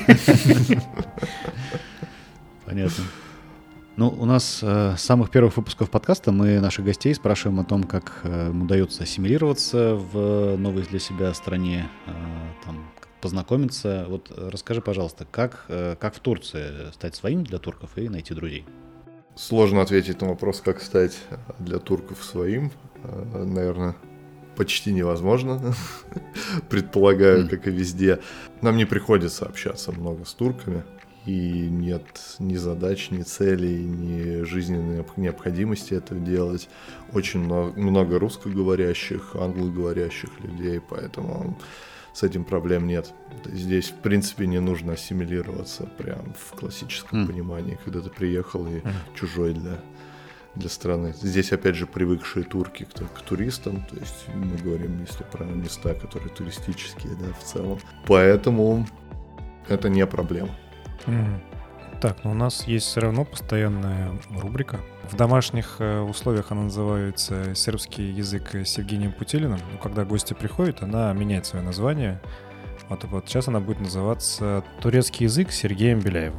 Понятно. Ну, у нас э, с самых первых выпусков подкаста мы наших гостей спрашиваем о том, как э, им удается ассимилироваться в новой для себя стране, э, там, познакомиться. Вот расскажи, пожалуйста, как, э, как в Турции стать своим для турков и найти друзей? Сложно ответить на вопрос, как стать для турков своим. Э, наверное, почти невозможно, предполагаю, как и везде. Нам не приходится общаться много с турками. И нет ни задач, ни целей, ни жизненной необходимости это делать. Очень много, много русскоговорящих, англоговорящих людей, поэтому с этим проблем нет. Здесь, в принципе, не нужно ассимилироваться прям в классическом mm. понимании, когда ты приехал и mm. чужой для, для страны. Здесь, опять же, привыкшие турки к, к туристам, то есть мы говорим, если про места, которые туристические, да, в целом. Поэтому это не проблема. Mm. Так, но у нас есть все равно постоянная рубрика. В домашних э, условиях она называется «Сербский язык с Евгением Путилиным». Но когда гости приходят, она меняет свое название. Вот, вот сейчас она будет называться «Турецкий язык с Сергеем Беляевым».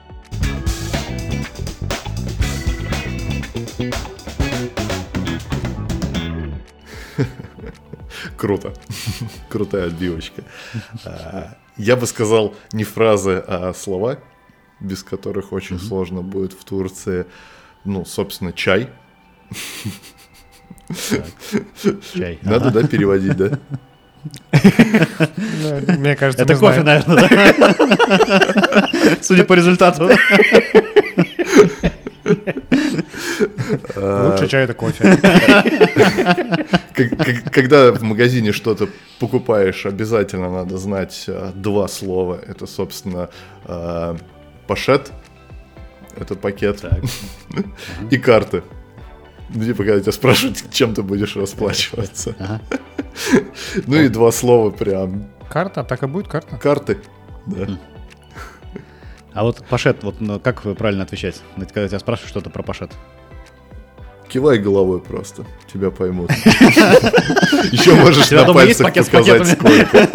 Круто. Крутая отбивочка. Я бы сказал не фразы, а слова, без которых очень mm-hmm. сложно будет в Турции. Ну, собственно, чай. Чай. Надо, да, переводить, да? Мне кажется, это кофе, наверное, да? Судя по результату. Лучше чай — это кофе. Когда в магазине что-то покупаешь, обязательно надо знать два слова. Это, собственно, пашет, это пакет, и карты. Где когда тебя спрашивают, чем ты будешь расплачиваться. Ну и два слова прям. Карта? Так и будет карта? Карты, да. А вот пашет, вот ну, как правильно отвечать, когда тебя спрашивают что-то про пашет? Кивай головой просто, тебя поймут. Еще можешь на пальцах показать сколько.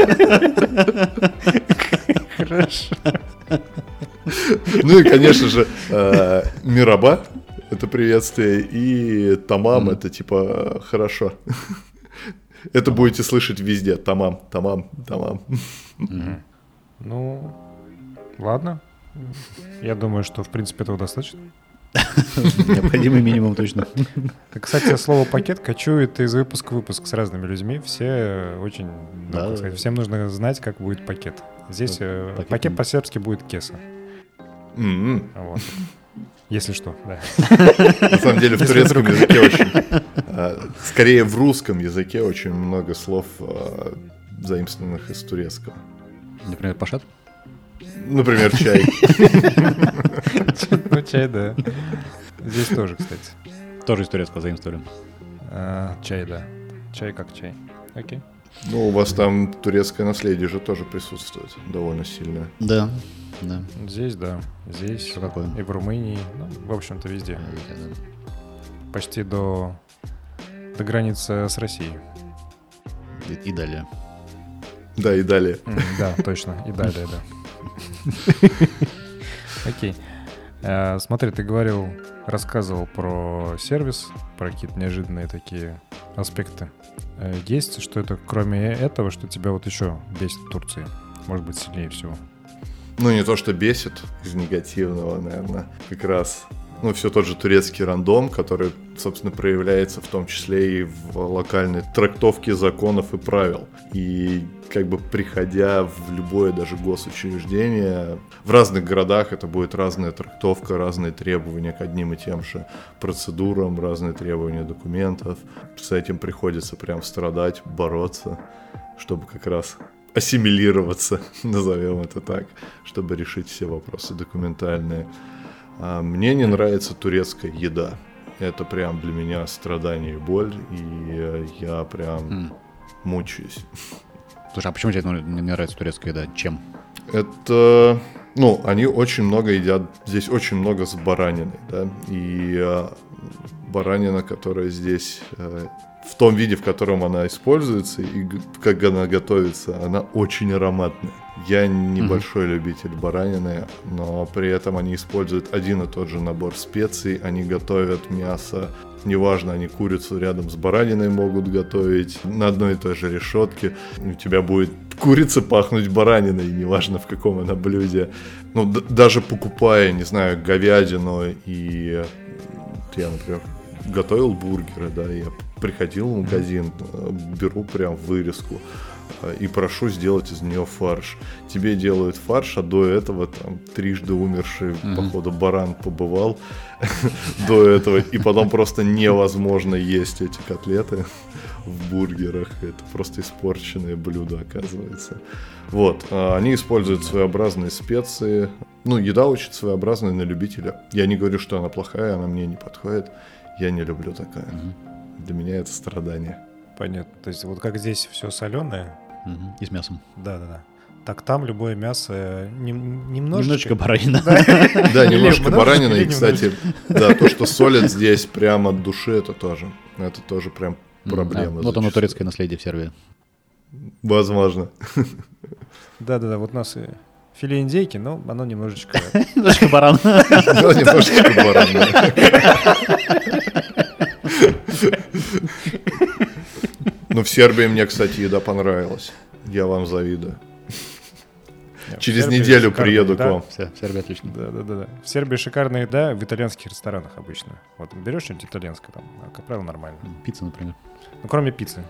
Хорошо. Ну и, конечно же, мираба — это приветствие, и тамам — это типа хорошо. Это будете слышать везде. Тамам, тамам, тамам. Ну, ладно. Я думаю, что, в принципе, этого достаточно. Необходимый минимум точно. Кстати, слово «пакет» кочует из выпуска в выпуск с разными людьми. Все очень... Да, ну, сказать, всем нужно знать, как будет пакет. Здесь да, пакет, пакет по-сербски будет «кеса». Mm-hmm. Вот. Если что, да. На самом деле в турецком языке очень... Скорее в русском языке очень много слов, заимствованных из турецкого. Например, пашат? Например, чай. Ну, чай, да. Здесь тоже, кстати. Тоже из турецкого заимствовали. Чай, да. Чай как чай. Окей. Ну, у вас там турецкое наследие же тоже присутствует довольно сильно. Да, да. Здесь, да. Здесь что какое? И в Румынии. Ну, в общем-то, везде. почти до, до границы с Россией. И, и далее. Да, и далее. Mm, да, точно, и далее, да. Окей. А, смотри, ты говорил, рассказывал про сервис, про какие-то неожиданные такие аспекты. А, есть что-то, кроме этого, что тебя вот еще бесит в Турции? Может быть, сильнее всего? Ну, не то, что бесит из негативного, наверное, как раз... Ну, все тот же турецкий рандом, который, собственно, проявляется в том числе и в локальной трактовке законов и правил. И как бы приходя в любое даже госучреждение, в разных городах это будет разная трактовка, разные требования к одним и тем же процедурам, разные требования документов. С этим приходится прям страдать, бороться, чтобы как раз ассимилироваться, назовем это так, чтобы решить все вопросы документальные. Мне не нравится турецкая еда. Это прям для меня страдание и боль, и я прям mm. мучаюсь. Слушай, а почему тебе не нравится турецкая еда? Чем? Это... Ну, они очень много едят, здесь очень много с бараниной, да, и баранина, которая здесь... в том виде, в котором она используется и как она готовится, она очень ароматная. Я небольшой mm-hmm. любитель баранины, но при этом они используют один и тот же набор специй, они готовят мясо, неважно, они курицу рядом с бараниной могут готовить на одной и той же решетке. У тебя будет курица пахнуть бараниной, неважно в каком она блюде. Ну, д- даже покупая, не знаю, говядину, и я, например, готовил бургеры, да, я приходил в магазин, беру прям вырезку и прошу сделать из нее фарш. Тебе делают фарш, а до этого там трижды умерший, mm-hmm. походу, баран побывал до этого, и потом просто невозможно есть эти котлеты в бургерах. Это просто испорченное блюдо, оказывается. Вот, они используют своеобразные специи. Ну, еда очень своеобразная на любителя. Я не говорю, что она плохая, она мне не подходит. Я не люблю такое. Mm-hmm. Для меня это страдание. Понятно. То есть вот как здесь все соленое. Угу. И с мясом. Да-да-да. Так там любое мясо нем, немножечко... Немножечко баранина. Да, немножко баранина. И, кстати, да, то, что солят здесь прямо от души, это тоже. Это тоже прям проблема. Вот оно, турецкое наследие в Сербии. Возможно. Да-да-да, вот у нас филе индейки, но оно немножечко... Немножко баран. Ну, немножечко баран. Ну, в Сербии мне, кстати, еда понравилась. Я вам завидую. Нет, через неделю приеду еда. К вам. Все, в Сербии отлично. Да, да, да, да. В Сербии шикарная еда в итальянских ресторанах обычно. Вот берешь что-нибудь итальянское, там, как правило, нормально. Пицца, например. Ну, кроме пиццы.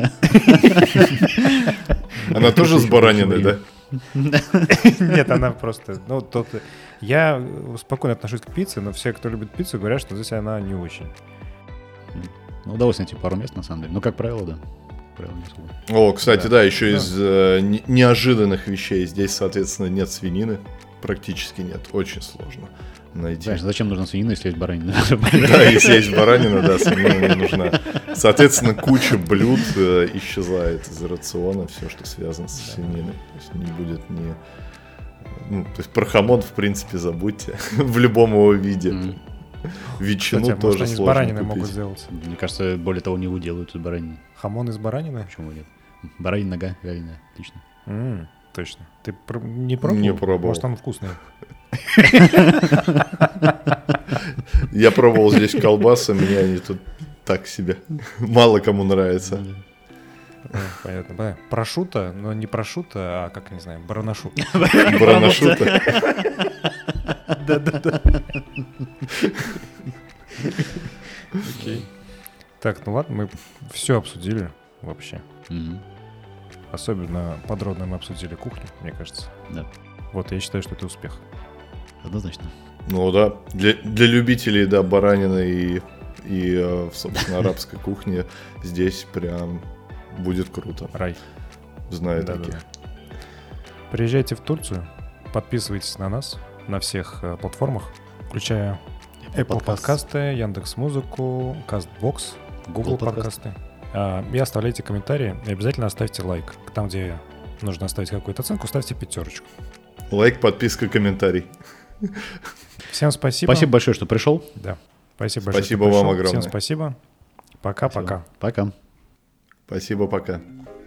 Она тоже с бараниной, да? Нет, она просто... Ну, тот... Я спокойно отношусь к пицце, но все, кто любит пиццу, говорят, что здесь она не очень. Ну, удалось найти пару мест, на самом деле. Ну, как правило, да. Правило, не особо. О, кстати, да, да еще да. из э, не- неожиданных вещей. Здесь, соответственно, нет свинины. Практически нет. Очень сложно найти. Знаешь, зачем нужна свинина, если есть баранина? Да, если есть баранина, да, свинина не нужна. Соответственно, куча блюд э, исчезает из рациона, все, что связано с свининой. То есть не будет ни... Ну, то есть про хамон, в принципе, забудьте. В любом его виде. Mm. Ветчину Кстати, тоже может, они с сложно бараниной купить. могут сделать. Мне кажется, более того, не его делают из баранины. Хамон из баранины? Почему нет? Баранина нога, вяленая, отлично. М, точно. Ты пр- не пробовал? Не пробовал. Может, он вкусный. Я пробовал здесь колбасы, мне они тут так себе. Мало кому нравится. А, понятно, понятно. Прошута, но не прошута, а как, не знаю, баранашут. Баранашута. Да-да-да. Окей. Так, ну ладно, мы все обсудили вообще. Мгм. Особенно подробно мы обсудили кухню, мне кажется. Да, Вот, я считаю, что это успех. однозначно. Ну да, для, для любителей, да, баранины и, и, э, собственно, арабской кухни здесь прям будет круто. Рай. Знаю Да-да-да. таких. Приезжайте в Турцию, подписывайтесь на нас на всех э, платформах, включая Apple Podcast. подкасты, Яндекс.Музыку, Castbox, Google Google подкасты. А, и оставляйте комментарии, и обязательно оставьте лайк. Там, где нужно оставить какую-то оценку, ставьте пятерочку. Лайк, подписка, комментарий. Всем спасибо. Спасибо большое, что пришел. Да. Спасибо большое. Спасибо вам огромное. Всем спасибо. Пока-пока. Пока. Спасибо, пока.